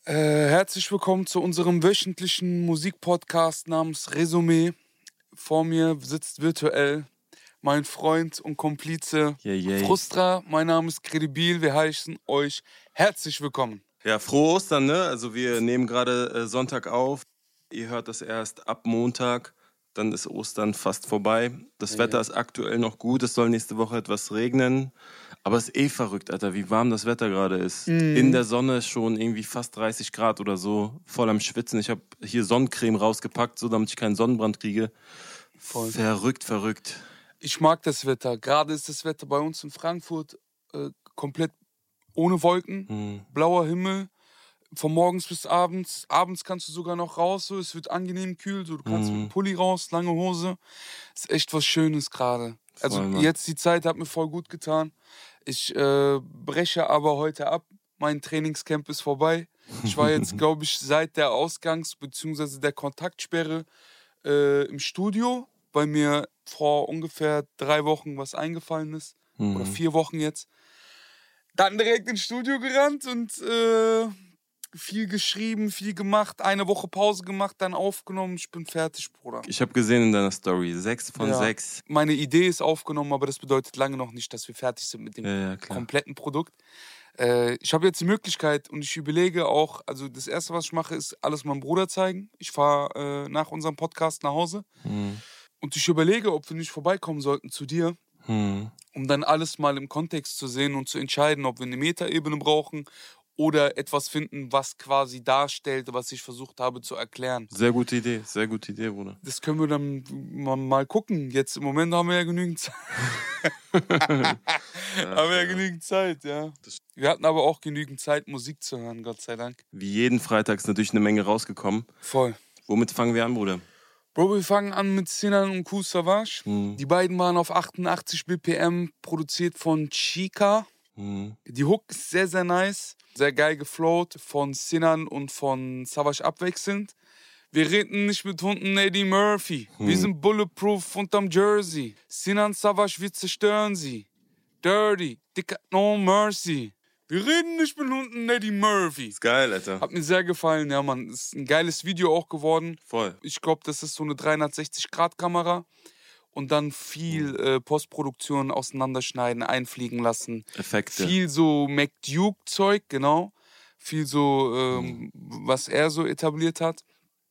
Herzlich willkommen zu unserem wöchentlichen Musikpodcast namens Resümee. Vor mir sitzt virtuell mein Freund und Komplize Frustra. Mein Name ist Credibil. Wir heißen euch herzlich willkommen. Ja, frohe Ostern, ne? Also wir nehmen gerade Sonntag auf. Ihr hört das erst ab Montag. Dann ist Ostern fast vorbei. Das Wetter ist aktuell noch gut. Es soll nächste Woche etwas regnen. Aber es ist eh verrückt, Alter, wie warm das Wetter gerade ist. In der Sonne ist schon irgendwie fast 30 Grad oder so. Voll am Schwitzen. Ich habe hier Sonnencreme rausgepackt, so damit ich keinen Sonnenbrand kriege. Voll. Verrückt. Ich mag das Wetter. Gerade ist das Wetter bei uns in Frankfurt komplett ohne Wolken. Blauer Himmel. Von morgens bis abends. Abends kannst du sogar noch raus, so. Es wird angenehm kühl, so. Du kannst mit dem Pulli raus, lange Hose. Ist echt was Schönes gerade. Also jetzt die Zeit hat mir voll gut getan. Ich breche aber heute ab. Mein Trainingscamp ist vorbei. Ich war jetzt, glaube ich, seit der Ausgangs- bzw. der Kontaktsperre im Studio, weil mir vor ungefähr 3 Wochen was eingefallen ist. Oder 4 Wochen jetzt. Dann direkt ins Studio gerannt und viel geschrieben, viel gemacht, 1 Woche Pause gemacht, dann aufgenommen. Ich bin fertig, Bruder. Ich habe gesehen in deiner Story, 6 von 6. Meine Idee ist aufgenommen, aber das bedeutet lange noch nicht, dass wir fertig sind mit dem kompletten Produkt. Ich habe jetzt die Möglichkeit und ich überlege auch, also das Erste, was ich mache, ist alles meinem Bruder zeigen. Ich fahre nach unserem Podcast nach Hause und ich überlege, ob wir nicht vorbeikommen sollten zu dir, um dann alles mal im Kontext zu sehen und zu entscheiden, ob wir eine Metaebene brauchen oder etwas finden, was quasi darstellt, was ich versucht habe zu erklären. Sehr gute Idee, Bruder. Das können wir dann mal gucken. Jetzt im Moment haben wir ja genügend Zeit. Genügend Zeit, ja. Wir hatten aber auch genügend Zeit, Musik zu hören, Gott sei Dank. Wie jeden Freitag ist natürlich eine Menge rausgekommen. Voll. Womit fangen wir an, Bruder? Bro, wir fangen an mit Sinan und Kool Savas. Die beiden waren auf 88 BPM, produziert von Chica. Die Hook ist sehr, sehr nice. Sehr geil geflowt von Sinan und von Savas abwechselnd. Wir reden nicht mit Hunden Eddie Murphy. Wir sind bulletproof unterm Jersey. Sinan Savas, wir zerstören sie. Dirty, dicker, no mercy. Wir reden nicht mit Hunden Eddie Murphy. Ist geil, Alter. Hat mir sehr gefallen, ja, Mann. Ist ein geiles Video auch geworden. Voll. Ich glaube, das ist so eine 360-Grad-Kamera. Und dann viel Postproduktion auseinanderschneiden, einfliegen lassen. Effekte. Viel so McDuke-Zeug, genau. Viel so, was er so etabliert hat.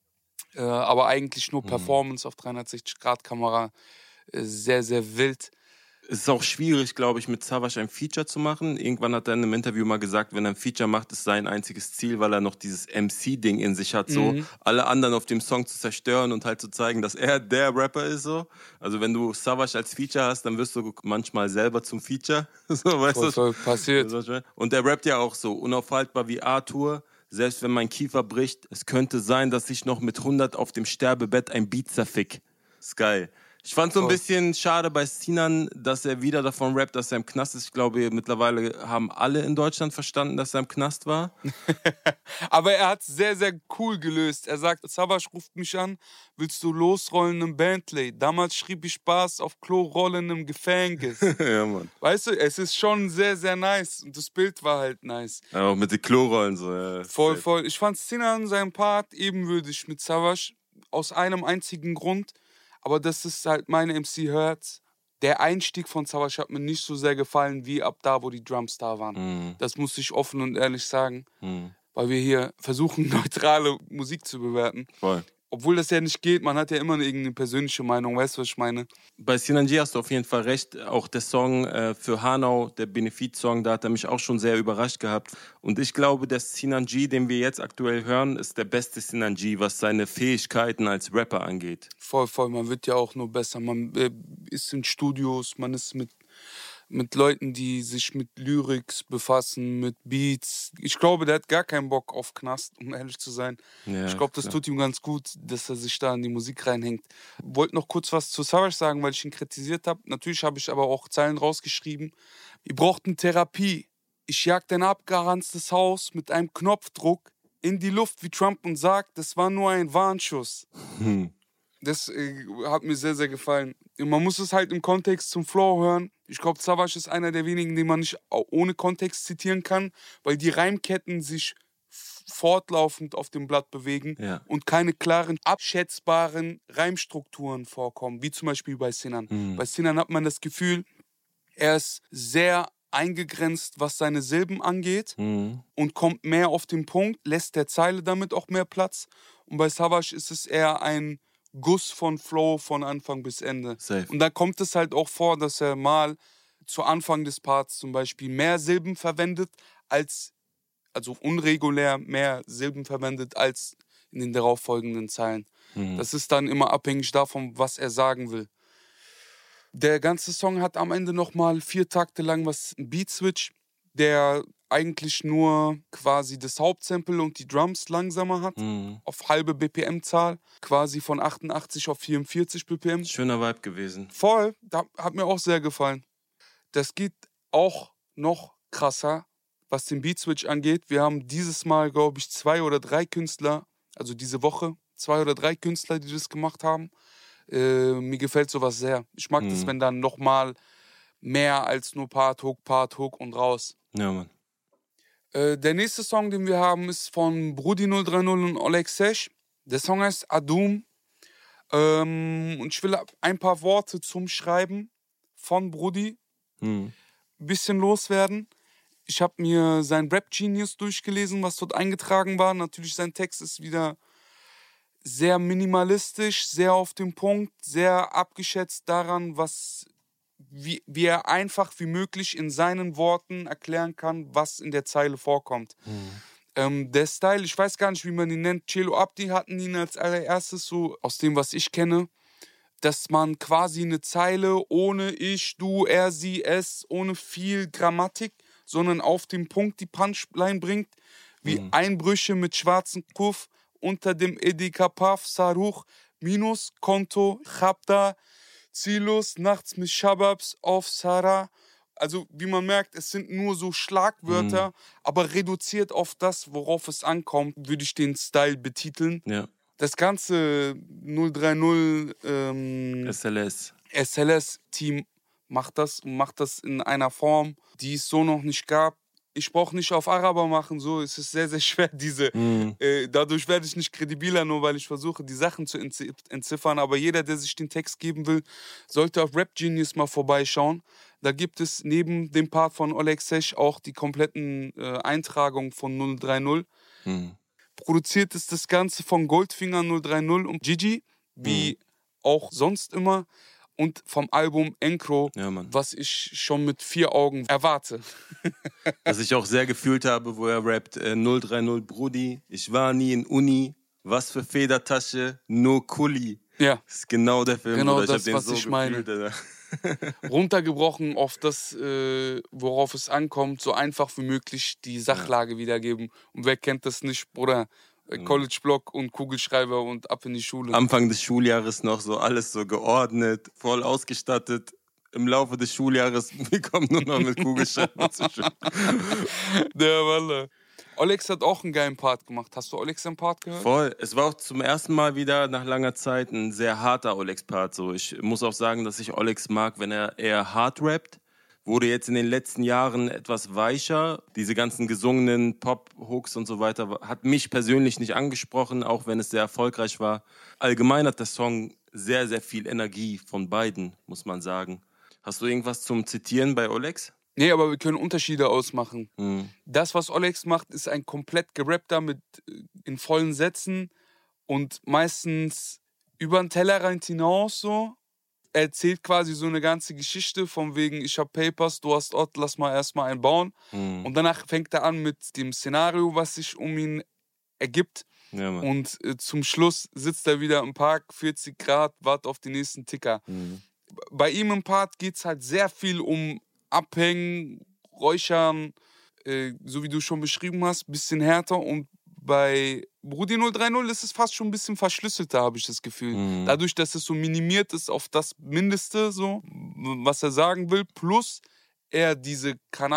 Aber eigentlich nur Performance auf 360-Grad-Kamera. Sehr, sehr wild. Es ist auch schwierig, glaube ich, mit Savas ein Feature zu machen. Irgendwann hat er in einem Interview mal gesagt, wenn er ein Feature macht, ist sein einziges Ziel, weil er noch dieses MC-Ding in sich hat, so alle anderen auf dem Song zu zerstören und halt zu zeigen, dass er der Rapper ist, so. Also wenn du Savas als Feature hast, dann wirst du manchmal selber zum Feature. So, weißt du? Voll passiert. Und der rappt ja auch so, unaufhaltbar wie Arthur. Selbst wenn mein Kiefer bricht, es könnte sein, dass ich noch mit 100 auf dem Sterbebett ein Beat zerfick. Ist geil. Ich fand so ein bisschen schade bei Sinan, dass er wieder davon rappt, dass er im Knast ist. Ich glaube, mittlerweile haben alle in Deutschland verstanden, dass er im Knast war. Aber er hat es sehr, sehr cool gelöst. Er sagt, Savas ruft mich an, willst du losrollen im Bentley? Damals schrieb ich Spaß auf Klorollen im Gefängnis. Ja, Mann. Weißt du, es ist schon sehr, sehr nice. Und das Bild war halt nice. Ja, auch mit den Klorollen so. Ja. Voll. Ich fand Sinan, seinen Part, ebenwürdig mit Savas. Aus einem einzigen Grund. Aber das ist halt meine MC-Herz. Der Einstieg von Savas hat mir nicht so sehr gefallen, wie ab da, wo die Drums da waren. Das muss ich offen und ehrlich sagen. Weil wir hier versuchen, neutrale Musik zu bewerten. Voll. Obwohl das ja nicht geht, man hat ja immer irgendeine persönliche Meinung, weißt du, was ich meine? Bei Sinan G hast du auf jeden Fall recht. Auch der Song für Hanau, der Benefit-Song, da hat er mich auch schon sehr überrascht gehabt. Und ich glaube, der Sinan G, den wir jetzt aktuell hören, ist der beste Sinan G, was seine Fähigkeiten als Rapper angeht. Voll. Man wird ja auch nur besser. Man ist in Studios, man ist mit Leuten, die sich mit Lyrics befassen, mit Beats. Ich glaube, der hat gar keinen Bock auf Knast, um ehrlich zu sein. Ja, ich glaube, das tut ihm ganz gut, dass er sich da in die Musik reinhängt. Wollte noch kurz was zu Savas sagen, weil ich ihn kritisiert habe. Natürlich habe ich aber auch Zeilen rausgeschrieben. Wir brauchten Therapie. Ich jag dein abgeranztes Haus mit einem Knopfdruck in die Luft wie Trump und sagt, das war nur ein Warnschuss. Das hat mir sehr, sehr gefallen. Und man muss es halt im Kontext zum Flow hören. Ich glaube, Savas ist einer der wenigen, den man nicht ohne Kontext zitieren kann, weil die Reimketten sich fortlaufend auf dem Blatt bewegen und keine klaren, abschätzbaren Reimstrukturen vorkommen, wie zum Beispiel bei Sinan. Bei Sinan hat man das Gefühl, er ist sehr eingegrenzt, was seine Silben angeht und kommt mehr auf den Punkt, lässt der Zeile damit auch mehr Platz. Und bei Savage ist es eher ein Guss von Flow von Anfang bis Ende. Safe. Und da kommt es halt auch vor, dass er mal zu Anfang des Parts zum Beispiel mehr Silben verwendet, also unregulär mehr Silben verwendet als in den darauffolgenden Zeilen. Das ist dann immer abhängig davon, was er sagen will. Der ganze Song hat am Ende nochmal 4 Takte lang ein Beat-Switch, der eigentlich nur quasi das Hauptsample und die Drums langsamer hat, auf halbe BPM-Zahl, quasi von 88 auf 44 BPM. Schöner Vibe gewesen. Voll, hat mir auch sehr gefallen. Das geht auch noch krasser, was den Beat-Switch angeht. Wir haben dieses Mal, glaube ich, 2 oder 3 Künstler, also diese Woche, 2 oder 3 Künstler, die das gemacht haben. Mir gefällt sowas sehr. Ich mag das, wenn dann nochmal mehr als nur Part, Hook und raus. Ja, Mann. Der nächste Song, den wir haben, ist von Brudi 030 und Oleg Sesh. Der Song heißt Adum. Und ich will ein paar Worte zum Schreiben von Brudi ein bisschen loswerden. Ich habe mir sein Rap Genius durchgelesen, was dort eingetragen war. Natürlich, sein Text ist wieder sehr minimalistisch, sehr auf den Punkt, sehr abgeschätzt daran, wie er einfach wie möglich in seinen Worten erklären kann, was in der Zeile vorkommt. Der Style, ich weiß gar nicht, wie man ihn nennt. Celo Abdi hatten ihn als allererstes, so aus dem, was ich kenne, dass man quasi eine Zeile ohne ich, du, er, sie, es, ohne viel Grammatik, sondern auf den Punkt die Punchline bringt, wie Einbrüche mit schwarzem Kuff unter dem Edikapaf Saruch, Minus, Konto, Chabda, Zielus, nachts mit Shababs auf Sarah. Also wie man merkt, es sind nur so Schlagwörter, aber reduziert auf das, worauf es ankommt, würde ich den Style betiteln. Ja. Das ganze 030 SLS-Team macht das in einer Form, die es so noch nicht gab. Ich brauche nicht auf Araber machen, so es ist sehr, sehr schwer, dadurch werde ich nicht kredibiler, nur weil ich versuche, die Sachen zu entziffern, aber jeder, der sich den Text geben will, sollte auf Rap Genius mal vorbeischauen. Da gibt es neben dem Part von Oleg Sesh auch die kompletten Eintragungen von 030. Produziert ist das Ganze von Goldfinger 030 und Gigi, wie auch sonst immer. Und vom Album Encro, was ich schon mit 4 Augen erwarte. Was ich auch sehr gefühlt habe, wo er rappt, 030 Brudi, ich war nie in Uni, was für Federtasche, nur Kuli. Ja. Das ist genau der Film, genau oder? Das, was ich meine. Runtergebrochen auf das, worauf es ankommt, so einfach wie möglich die Sachlage wiedergeben. Und wer kennt das nicht, Bruder? College-Block und Kugelschreiber und ab in die Schule. Anfang des Schuljahres noch so alles so geordnet, voll ausgestattet. Im Laufe des Schuljahres, wir kommen nur noch mit Kugelschreiber zur Schule. Der Walle. Olex hat auch einen geilen Part gemacht. Hast du Olex einen Part gehört? Voll. Es war auch zum ersten Mal wieder nach langer Zeit ein sehr harter Olex-Part. So. Ich muss auch sagen, dass ich Olex mag, wenn er eher hart rappt. Wurde jetzt in den letzten Jahren etwas weicher. Diese ganzen gesungenen Pop-Hooks und so weiter hat mich persönlich nicht angesprochen, auch wenn es sehr erfolgreich war. Allgemein hat der Song sehr, sehr viel Energie von beiden, muss man sagen. Hast du irgendwas zum Zitieren bei Olex? Nee, aber wir können Unterschiede ausmachen. Das, was Olex macht, ist ein komplett gerappter in vollen Sätzen und meistens über den Tellerrand hinaus so. Er erzählt quasi so eine ganze Geschichte von wegen, ich hab Papers, du hast Ott, lass mal erstmal einen bauen. Und danach fängt er an mit dem Szenario, was sich um ihn ergibt. Ja, und zum Schluss sitzt er wieder im Park, 40 Grad, wartet auf den nächsten Ticker. Bei ihm im Part geht es halt sehr viel um Abhängen, Räuchern, so wie du schon beschrieben hast, bisschen härter. Und bei Brudi 030 ist es fast schon ein bisschen verschlüsselter, habe ich das Gefühl. Dadurch, dass es so minimiert ist auf das Mindeste, so, was er sagen will, plus er diese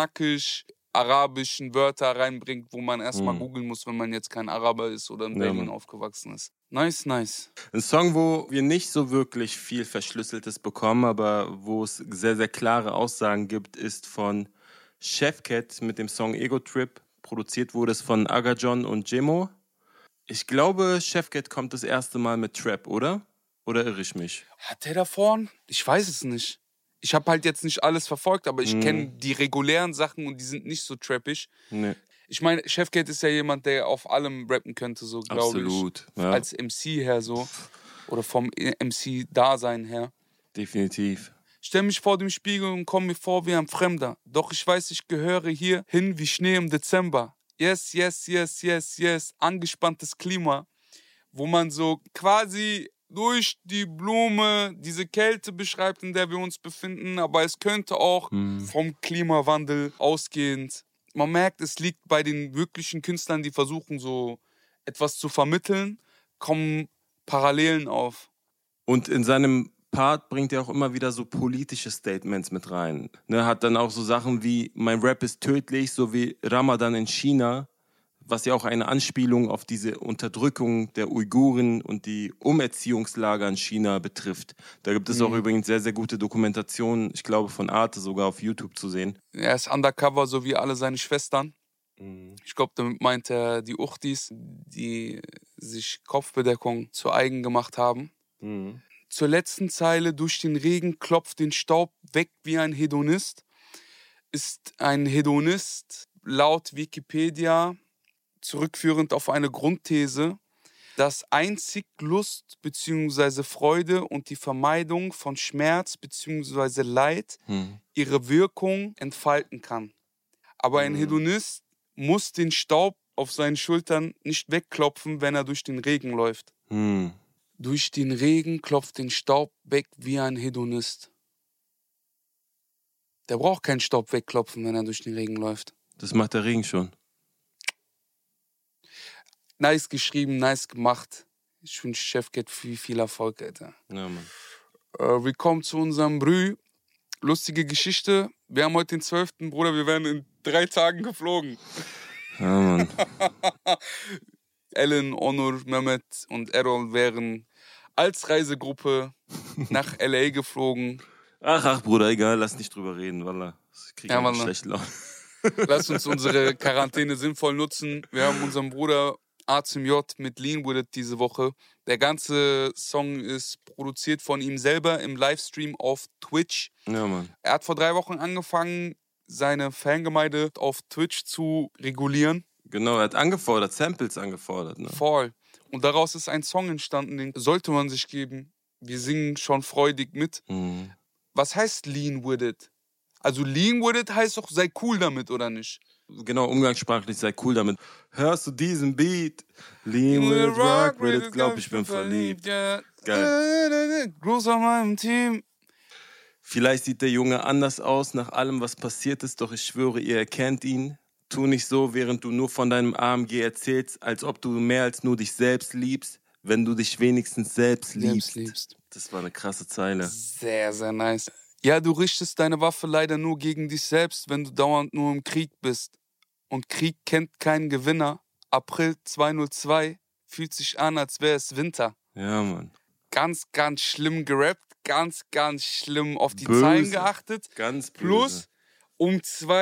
kanakisch-arabischen Wörter reinbringt, wo man erstmal googeln muss, wenn man jetzt kein Araber ist oder in Berlin aufgewachsen ist. Nice, nice. Ein Song, wo wir nicht so wirklich viel Verschlüsseltes bekommen, aber wo es sehr, sehr klare Aussagen gibt, ist von Chefcat mit dem Song Ego Trip, produziert wurde, ist von Agajon und Jemo. Ich glaube, Chefcat kommt das erste Mal mit Trap, oder? Oder irre ich mich? Hat der davor? Ich weiß es nicht. Ich habe halt jetzt nicht alles verfolgt, aber ich kenne die regulären Sachen und die sind nicht so trappig. Nee. Ich meine, Chefcat ist ja jemand, der auf allem rappen könnte, so glaube ich. Absolut, ja. Als MC her so. Oder vom MC-Dasein her. Definitiv. Stell mich vor dem Spiegel und komm mir vor wie ein Fremder. Doch ich weiß, ich gehöre hier hin wie Schnee im Dezember. Yes, yes, yes, yes, yes. Angespanntes Klima. Wo man so quasi durch die Blume diese Kälte beschreibt, in der wir uns befinden. Aber es könnte auch vom Klimawandel ausgehend. Man merkt, es liegt bei den wirklichen Künstlern, die versuchen, so etwas zu vermitteln, kommen Parallelen auf. Und in seinem Part bringt er auch immer wieder so politische Statements mit rein. Ne, hat dann auch so Sachen wie, mein Rap ist tödlich, so wie Ramadan in China, was ja auch eine Anspielung auf diese Unterdrückung der Uiguren und die Umerziehungslager in China betrifft. Da gibt es auch übrigens sehr, sehr gute Dokumentationen, ich glaube von Arte sogar auf YouTube zu sehen. Er ist undercover, so wie alle seine Schwestern. Ich glaube, damit meint er die Uchtis, die sich Kopfbedeckung zu eigen gemacht haben. Zur letzten Zeile, durch den Regen klopft den Staub weg wie ein Hedonist. Ist ein Hedonist laut Wikipedia zurückführend auf eine Grundthese, dass einzig Lust bzw. Freude und die Vermeidung von Schmerz bzw. Leid ihre Wirkung entfalten kann. Aber ein Hedonist muss den Staub auf seinen Schultern nicht wegklopfen, wenn er durch den Regen läuft. Durch den Regen klopft den Staub weg wie ein Hedonist. Der braucht keinen Staub wegklopfen, wenn er durch den Regen läuft. Das macht der Regen schon. Nice geschrieben, nice gemacht. Ich wünsche Chefcat viel Erfolg, Alter. Ja, Mann. Willkommen zu unserem Brü. Lustige Geschichte. Wir haben heute den 12. Bruder, wir werden in 3 Tagen geflogen. Ja, Mann. Ellen, Onur, Mehmet und Errol wären als Reisegruppe nach L.A. geflogen. Ach, Bruder, egal, lass nicht drüber reden, Wallah. Ich krieg ja, schlecht Laune. Lass uns unsere Quarantäne sinnvoll nutzen. Wir haben unseren Bruder Azim J mit Lean With It diese Woche. Der ganze Song ist produziert von ihm selber im Livestream auf Twitch. Ja, Mann. Er hat vor 3 Wochen angefangen, seine Fangemeinde auf Twitch zu regulieren. Genau, er hat angefordert, Samples angefordert. Ne? Voll. Und daraus ist ein Song entstanden, den sollte man sich geben. Wir singen schon freudig mit. Was heißt Lean With It? Also Lean With It heißt doch, sei cool damit, oder nicht? Genau, umgangssprachlich, sei cool damit. Hörst du diesen Beat? Lean with it, rock with it, glaub ich bin verliebt. Ja. Geil. Gruß an meinem Team. Vielleicht sieht der Junge anders aus nach allem, was passiert ist, doch ich schwöre, ihr erkennt ihn. Tu nicht so, während du nur von deinem AMG erzählst, als ob du mehr als nur dich selbst liebst, wenn du dich wenigstens selbst liebst. Das war eine krasse Zeile. Sehr, sehr nice. Ja, du richtest deine Waffe leider nur gegen dich selbst, wenn du dauernd nur im Krieg bist. Und Krieg kennt keinen Gewinner. April 202 fühlt sich an, als wäre es Winter. Ja, Mann. Ganz, ganz schlimm gerappt, ganz, ganz schlimm auf die Böse. Zeilen geachtet. Ganz böse. Plus um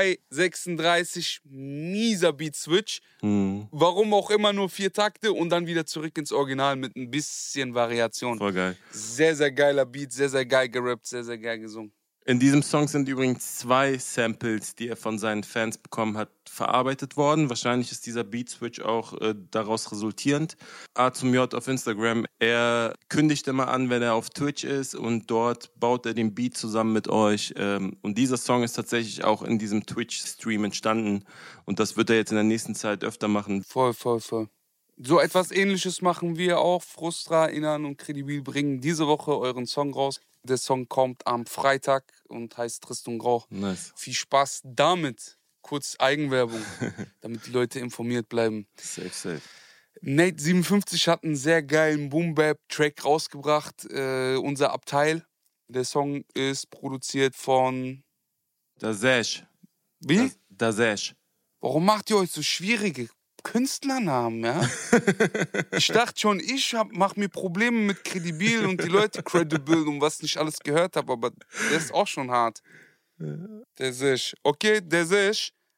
2,36 mieser Beat-Switch. Warum auch immer nur 4 Takte und dann wieder zurück ins Original mit ein bisschen Variation. Voll geil. Sehr, sehr geiler Beat, sehr, sehr geil gerappt, sehr, sehr geil gesungen. In diesem Song sind übrigens 2 Samples, die er von seinen Fans bekommen hat, verarbeitet worden. Wahrscheinlich ist dieser Beat-Switch auch daraus resultierend. A zum J auf Instagram, er kündigt immer an, wenn er auf Twitch ist und dort baut er den Beat zusammen mit euch. Und dieser Song ist tatsächlich auch in diesem Twitch-Stream entstanden und das wird er jetzt in der nächsten Zeit öfter machen. Voll. So etwas Ähnliches machen wir auch. Frustra, Inan und Credibil bringen diese Woche euren Song raus. Der Song kommt am Freitag und heißt Tristan Grauch. Nice. Viel Spaß damit. Kurz Eigenwerbung, damit die Leute informiert bleiben. Safe. Nate 57 hat einen sehr geilen Boom-Bap-Track rausgebracht. Unser Abteil. Der Song ist produziert von... Dazesh. Wie? Dazesh. Warum macht ihr euch so schwierige Künstlernamen, ja? Ich dachte schon, mach mir Probleme mit Credibil und die Leute Credible und was nicht alles gehört habe, aber der ist auch schon hart. Dazesh. Okay, Dazesh,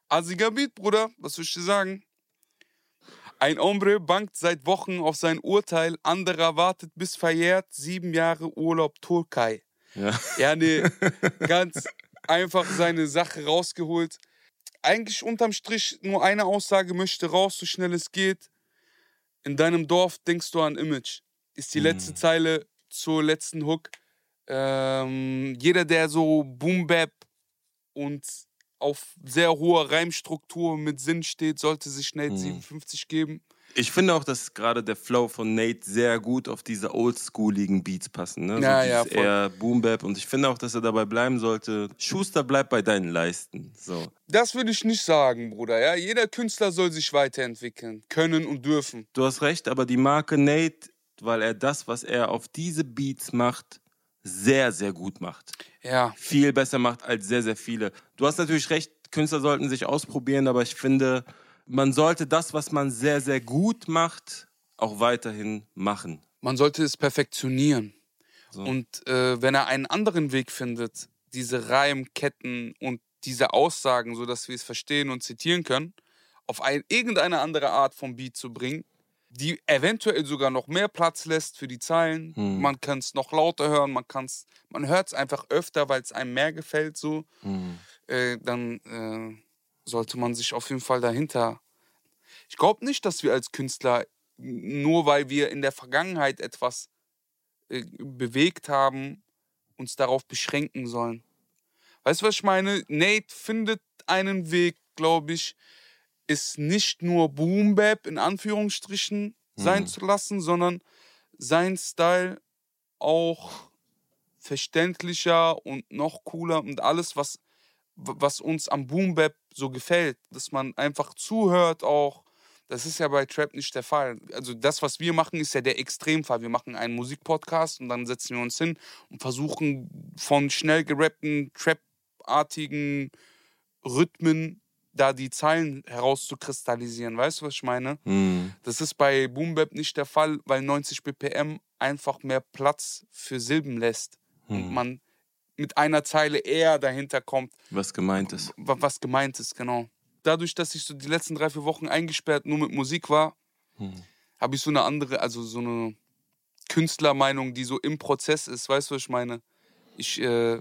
Assiger Beat, Bruder, was soll ich dir sagen? Ein Hombre bangt seit Wochen auf sein Urteil, anderer wartet bis verjährt, 7 Jahre Urlaub Türkei. Ja. Ja, nee, ganz einfach seine Sache rausgeholt. Eigentlich unterm Strich nur eine Aussage, möchte raus, so schnell es geht. In deinem Dorf denkst du an Image. Ist die letzte Zeile zur letzten Hook. Jeder, der so Boom-Bap und auf sehr hoher Reimstruktur mit Sinn steht, sollte sich Nate 57 geben. Ich finde auch, dass gerade der Flow von Nate sehr gut auf diese oldschooligen Beats passen. Ne? Ja, so ja, dieses voll. eher Boom-Bap. Und ich finde auch, dass er dabei bleiben sollte. Schuster, bleib bei deinen Leisten. So. Das würde ich nicht sagen, Bruder. Ja? Jeder Künstler soll sich weiterentwickeln, können und dürfen. Du hast recht, aber die Marke Nate, weil er das, was er auf diese Beats macht, sehr, sehr gut macht. Ja. Viel besser macht als sehr, sehr viele. Du hast natürlich recht, Künstler sollten sich ausprobieren, aber ich finde, man sollte das, was man sehr, sehr gut macht, auch weiterhin machen. Man sollte es perfektionieren. So. Und wenn er einen anderen Weg findet, diese Reimketten und diese Aussagen, sodass wir es verstehen und zitieren können, auf irgendeine andere Art vom Beat zu bringen, die eventuell sogar noch mehr Platz lässt für die Zeilen. Man kann es noch lauter hören, man hört es einfach öfter, weil es einem mehr gefällt, so. Dann sollte man sich auf jeden Fall dahinter... Ich glaube nicht, dass wir als Künstler, nur weil wir in der Vergangenheit etwas bewegt haben, uns darauf beschränken sollen. Weißt du, was ich meine? Nate findet einen Weg, glaube ich, es nicht nur Boom-Bap in Anführungsstrichen sein zu lassen, sondern sein Style auch verständlicher und noch cooler und alles, was uns am Boom-Bap so gefällt, dass man einfach zuhört auch. Das ist ja bei Trap nicht der Fall. Also das, was wir machen, ist ja der Extremfall. Wir machen einen Musikpodcast und dann setzen wir uns hin und versuchen von schnell gerappten, Trap-artigen Rhythmen da die Zeilen herauszukristallisieren. Weißt du, was ich meine? Das ist bei Boom Bap nicht der Fall, weil 90 BPM einfach mehr Platz für Silben lässt. Und man mit einer Zeile eher dahinter kommt. Was gemeint ist. Was gemeint ist, genau. Dadurch, dass ich so die letzten 3-4 Wochen eingesperrt nur mit Musik war, habe ich so eine andere, also so eine Künstlermeinung, die so im Prozess ist. Weißt du, was ich meine? Ich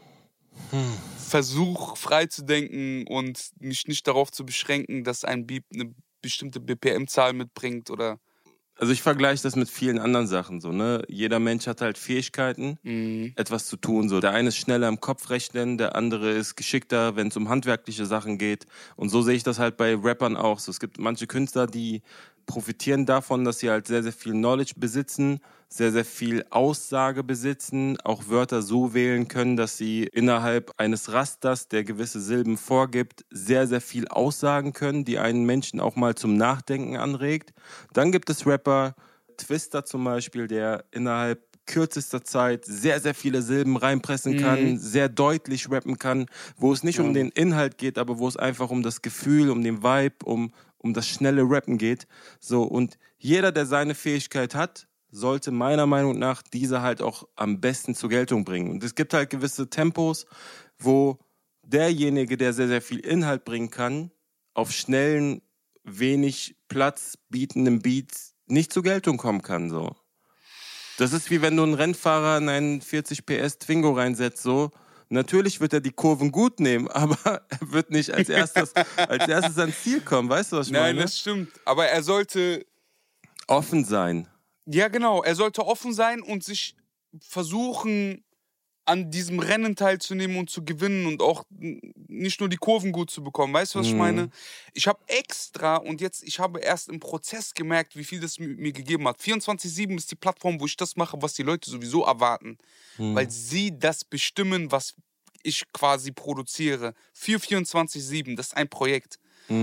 versuche frei zu denken und mich nicht darauf zu beschränken, dass ein Beat eine bestimmte BPM-Zahl mitbringt oder... Also ich vergleiche das mit vielen anderen Sachen so, ne? Jeder Mensch hat halt Fähigkeiten, etwas zu tun. So, der eine ist schneller im Kopf rechnen, der andere ist geschickter, wenn es um handwerkliche Sachen geht. Und so sehe ich das halt bei Rappern auch. So, es gibt manche Künstler, die profitieren davon, dass sie halt sehr, sehr viel Knowledge besitzen, sehr, sehr viel Aussage besitzen, auch Wörter so wählen können, dass sie innerhalb eines Rasters, der gewisse Silben vorgibt, sehr, sehr viel aussagen können, die einen Menschen auch mal zum Nachdenken anregt. Dann gibt es Rapper, Twister zum Beispiel, der innerhalb kürzester Zeit sehr, sehr viele Silben reinpressen kann, sehr deutlich rappen kann, wo es nicht um den Inhalt geht, aber wo es einfach um das Gefühl, um den Vibe, um das schnelle Rappen geht. So, und jeder, der seine Fähigkeit hat, sollte meiner Meinung nach diese halt auch am besten zur Geltung bringen. Und es gibt halt gewisse Tempos, wo derjenige, der sehr, sehr viel Inhalt bringen kann, auf schnellen, wenig Platz bietenden Beats nicht zur Geltung kommen kann, so. Das ist wie wenn du einen Rennfahrer in einen 40 PS Twingo reinsetzt, so. Natürlich wird er die Kurven gut nehmen, aber er wird nicht als erstes ans Ziel kommen. Weißt du, was ich meine? Nein, das stimmt. Aber er sollte... Offen sein. Ja, genau. Er sollte offen sein und sich versuchen, an diesem Rennen teilzunehmen und zu gewinnen und auch nicht nur die Kurven gut zu bekommen. Weißt du, was ich meine? Ich habe extra und ich habe erst im Prozess gemerkt, wie viel das mir gegeben hat. 24/7 ist die Plattform, wo ich das mache, was die Leute sowieso erwarten. Weil sie das bestimmen, was ich quasi produziere. Für 24/7, das ist ein Projekt.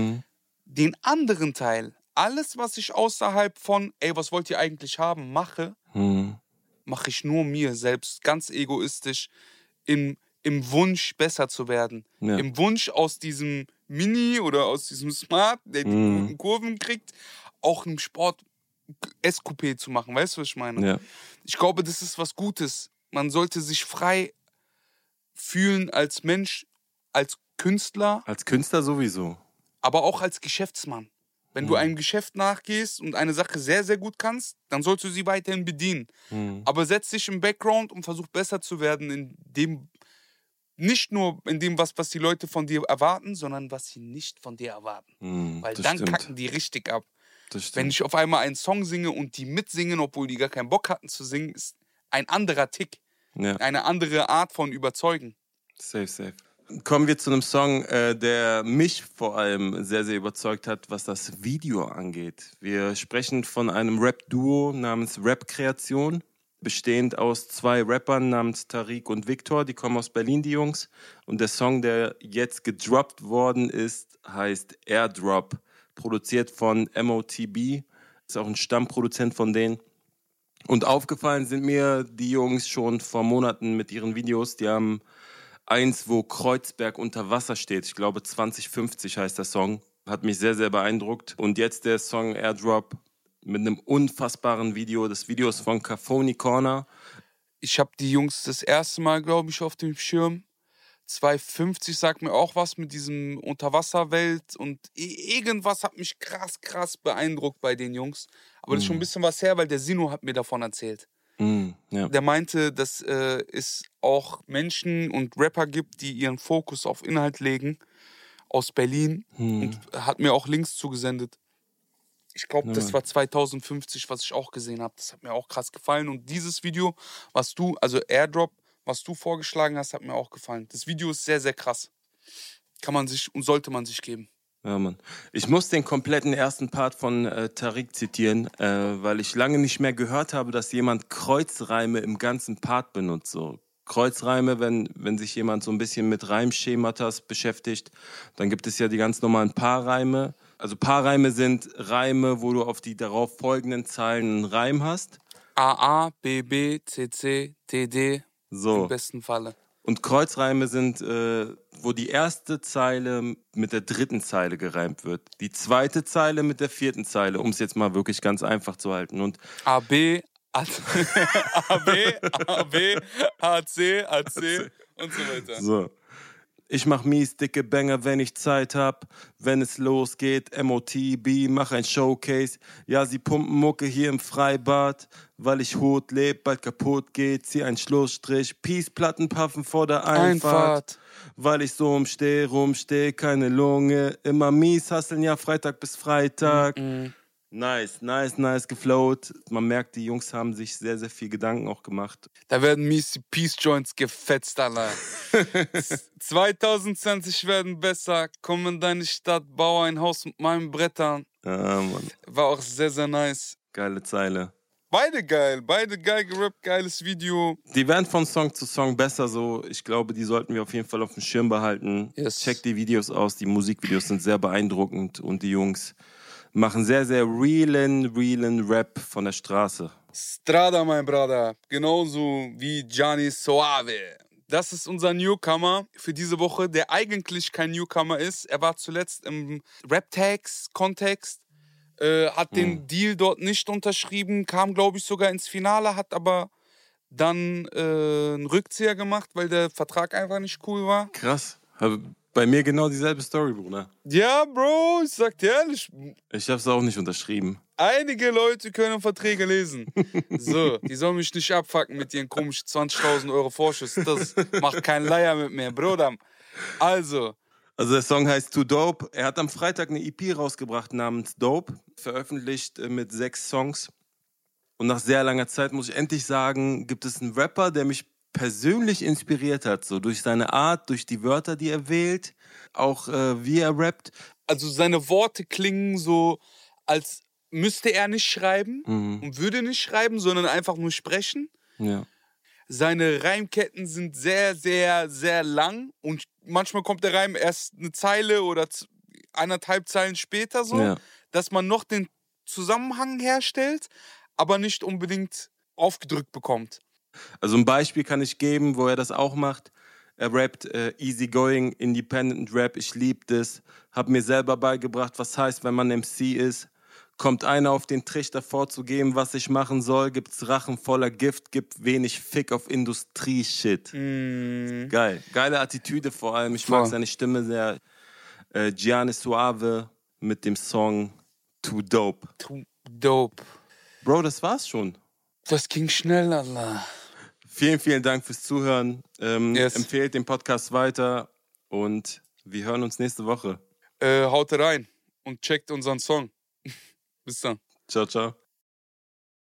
Den anderen Teil, alles, was ich außerhalb von, was wollt ihr eigentlich haben, mache ich nur mir selbst, ganz egoistisch, im Wunsch, besser zu werden. Ja. Im Wunsch, aus diesem Mini oder aus diesem Smart, der die guten Kurven kriegt, auch im Sport SQP zu machen. Weißt du, was ich meine? Ja. Ich glaube, das ist was Gutes. Man sollte sich frei fühlen als Mensch, als Künstler. Als Künstler sowieso. aber auch als Geschäftsmann. Wenn du einem Geschäft nachgehst und eine Sache sehr, sehr gut kannst, dann sollst du sie weiterhin bedienen. Aber setz dich im Background und versuch besser zu werden in dem, nicht nur in dem, was die Leute von dir erwarten, sondern was sie nicht von dir erwarten. Weil dann kacken die richtig ab. Wenn ich auf einmal einen Song singe und die mitsingen, obwohl die gar keinen Bock hatten zu singen, ist ein anderer Tick. Ja. Eine andere Art von Überzeugen. Safe. Kommen wir zu einem Song, der mich vor allem sehr, sehr überzeugt hat, was das Video angeht. Wir sprechen von einem Rap-Duo namens Rap-Kreation, bestehend aus 2 Rappern namens Tariq und Victor. Die kommen aus Berlin, die Jungs. Und der Song, der jetzt gedroppt worden ist, heißt Airdrop. Produziert von MOTB. Ist auch ein Stammproduzent von denen. Und aufgefallen sind mir die Jungs schon vor Monaten mit ihren Videos. Die haben eins, wo Kreuzberg unter Wasser steht. Ich glaube 2050 heißt der Song. Hat mich sehr, sehr beeindruckt. Und jetzt der Song Airdrop mit einem unfassbaren Video. Das Video ist von Cafoni Corner. Ich habe die Jungs das erste Mal, glaube ich, auf dem Schirm. 250 sagt mir auch was mit diesem Unterwasserwelt. Und irgendwas hat mich krass beeindruckt bei den Jungs. Aber das ist schon ein bisschen was her, weil der Sino hat mir davon erzählt. Ja. Der meinte, dass es auch Menschen und Rapper gibt, die ihren Fokus auf Inhalt legen, aus Berlin, und hat mir auch Links zugesendet. Ich glaube, das war 2050, was ich auch gesehen habe. Das hat mir auch krass gefallen. Und dieses Video, also Airdrop, was du vorgeschlagen hast, hat mir auch gefallen. Das Video ist sehr, sehr krass. Kann man sich und sollte man sich geben. Ja, Mann. Ich muss den kompletten ersten Part von Tariq zitieren, weil ich lange nicht mehr gehört habe, dass jemand Kreuzreime im ganzen Part benutzt. So. Kreuzreime, wenn sich jemand so ein bisschen mit Reimschematas beschäftigt, dann gibt es ja die ganz normalen Paarreime. Also Paarreime sind Reime, wo du auf die darauf folgenden Zeilen einen Reim hast. AA, BB, CC, TD, so. Im besten Falle. Und Kreuzreime sind, wo die erste Zeile mit der dritten Zeile gereimt wird. Die zweite Zeile mit der vierten Zeile, um es jetzt mal wirklich ganz einfach zu halten. Und AB, AC und so weiter. So. Ich mach mies dicke Banger, wenn ich Zeit hab. Wenn es losgeht, MOTB, mach ein Showcase. Ja, sie pumpen Mucke hier im Freibad. Weil ich Hut leb, bald kaputt geht. Zieh einen Schlussstrich, Peace-Platten puffen vor der Einfahrt. Weil ich so rumsteh, keine Lunge. Immer mies hasseln, ja, Freitag bis Freitag. Nice geflowt. Man merkt, die Jungs haben sich sehr, sehr viel Gedanken auch gemacht. Da werden mies die Peace Joints gefetzt, Alter. 2020 werden besser. Komm in deine Stadt, baue ein Haus mit meinen Brettern. Ja, Mann. War auch sehr, sehr nice. Geile Zeile. Beide geil gerappt, geiles Video. Die werden von Song zu Song besser so. Ich glaube, die sollten wir auf jeden Fall auf dem Schirm behalten. Yes. Check die Videos aus, die Musikvideos sind sehr beeindruckend und die Jungs machen sehr, sehr realen Rap von der Straße. Strada, mein Bruder. Genauso wie Gianni Soave. Das ist unser Newcomer für diese Woche, der eigentlich kein Newcomer ist. Er war zuletzt im Rap-Tags-Kontext, hat den Deal dort nicht unterschrieben, kam, glaube ich, sogar ins Finale, hat aber dann einen Rückzieher gemacht, weil der Vertrag einfach nicht cool war. Krass. Bei mir genau dieselbe Story, Bruder. Ja, Bro, ich sag dir ehrlich. Ich hab's auch nicht unterschrieben. Einige Leute können Verträge lesen. So, die sollen mich nicht abfucken mit ihren komischen 20.000 Euro Vorschuss. Das macht kein Leier mit mir, Bruder. Also der Song heißt Too Dope. Er hat am Freitag eine EP rausgebracht namens Dope. Veröffentlicht mit 6 Songs. Und nach sehr langer Zeit muss ich endlich sagen, gibt es einen Rapper, der mich persönlich inspiriert hat, so durch seine Art, durch die Wörter, die er wählt, auch wie er rappt. Also seine Worte klingen so, als müsste er nicht schreiben und würde nicht schreiben, sondern einfach nur sprechen. Ja. Seine Reimketten sind sehr, sehr, sehr lang und manchmal kommt der Reim erst eine Zeile oder 1,5 Zeilen später so, dass man noch den Zusammenhang herstellt, aber nicht unbedingt aufgedrückt bekommt. Also ein Beispiel kann ich geben, wo er das auch macht. Er rappt easygoing, independent Rap, ich lieb das. Hab mir selber beigebracht, was heißt, wenn man MC ist. Kommt einer auf den Trichter vorzugeben, was ich machen soll, gibt's Rachen voller Gift, gibt wenig Fick auf Industrie-Shit. Geil. Geile Attitüde vor allem. Ich mag seine Stimme sehr. Gianni Suave mit dem Song Too Dope. Too dope. Bro, das war's schon. Das ging schnell, Allah. Vielen, vielen Dank fürs Zuhören. Yes. Empfehlt den Podcast weiter und wir hören uns nächste Woche. Haut rein und checkt unseren Song. Bis dann. Ciao, ciao.